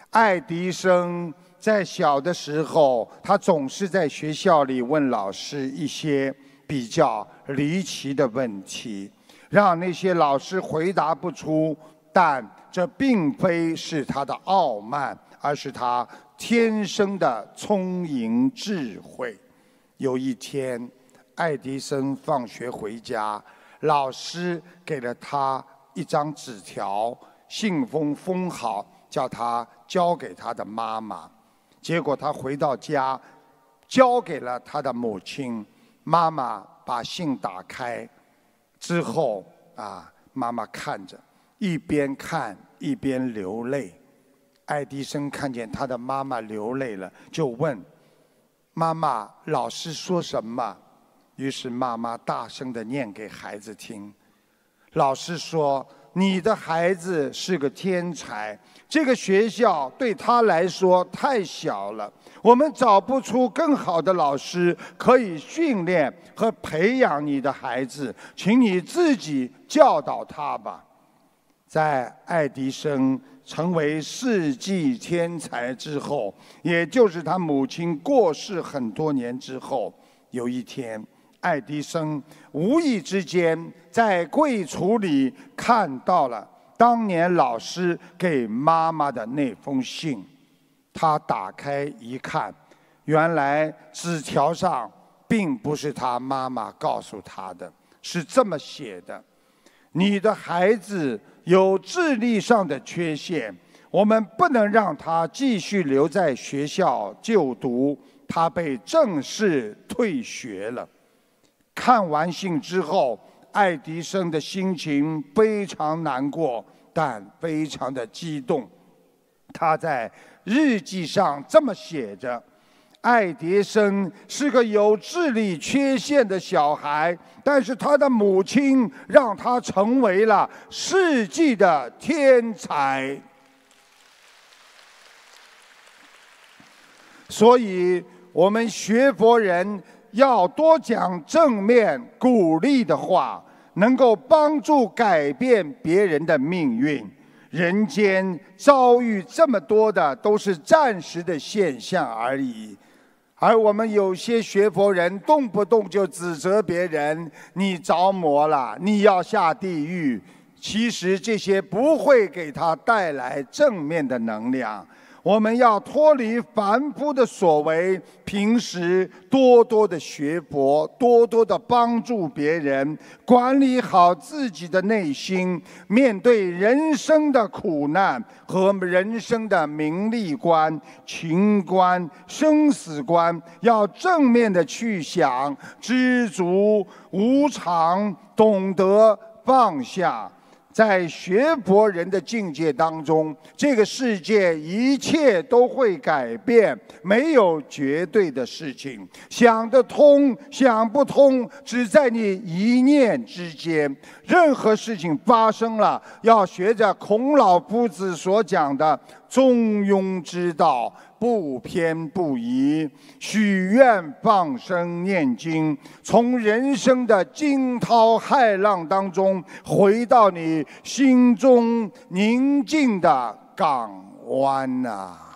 爱迪生在小的时候，他总是在学校里问老师一些比较离奇的问题，让那些老师回答不出。但这并非是他的傲慢，而是他天生的聪颖智慧。有一天，爱迪生放学回家，老师给了他一张纸条，信封封好，叫他交给他的妈妈。结果他回到家，交给了他的母亲。妈妈把信打开之后，妈妈看着，一边看一边流泪。爱迪生看见他的妈妈流泪了，就问妈妈：“老师说什么？”于是妈妈大声地念给孩子听。老师说：“你的孩子是个天才，这个学校对他来说太小了，我们找不出更好的老师可以训练和培养你的孩子，请你自己教导他吧。”在爱迪生成为世纪天才之后，也就是他母亲过世很多年之后，有一天，爱迪生无意之间在柜橱里看到了当年老师给妈妈的那封信。他打开一看，原来纸条上并不是他妈妈告诉他的，是这么写的：“你的孩子有智力上的缺陷，我们不能让他继续留在学校就读，他被正式退学了。”看完信之后，爱迪生的心情非常难过，但非常的激动。他在日记上这么写着：“爱迪生是个有智力缺陷的小孩，但是他的母亲让他成为了世纪的天才。”所以，我们学佛人要多讲正面鼓励的话，能够帮助改变别人的命运。人间遭遇这么多的都是暂时的现象而已，而我们有些学佛人动不动就指责别人：“你着魔了，你要下地狱。”其实这些不会给他带来正面的能量。我们要脱离凡夫的所为，平时多多的学佛，多多的帮助别人，管理好自己的内心，面对人生的苦难和人生的名利观、情观、生死观，要正面的去想，知足无常，懂得放下。在学佛人的境界当中，这个世界一切都会改变，没有绝对的事情。想得通，想不通，只在你一念之间。任何事情发生了，要学着孔老夫子所讲的中庸之道，不偏不倚，许愿放生念经，从人生的惊涛骇浪当中回到你心中宁静的港湾啊。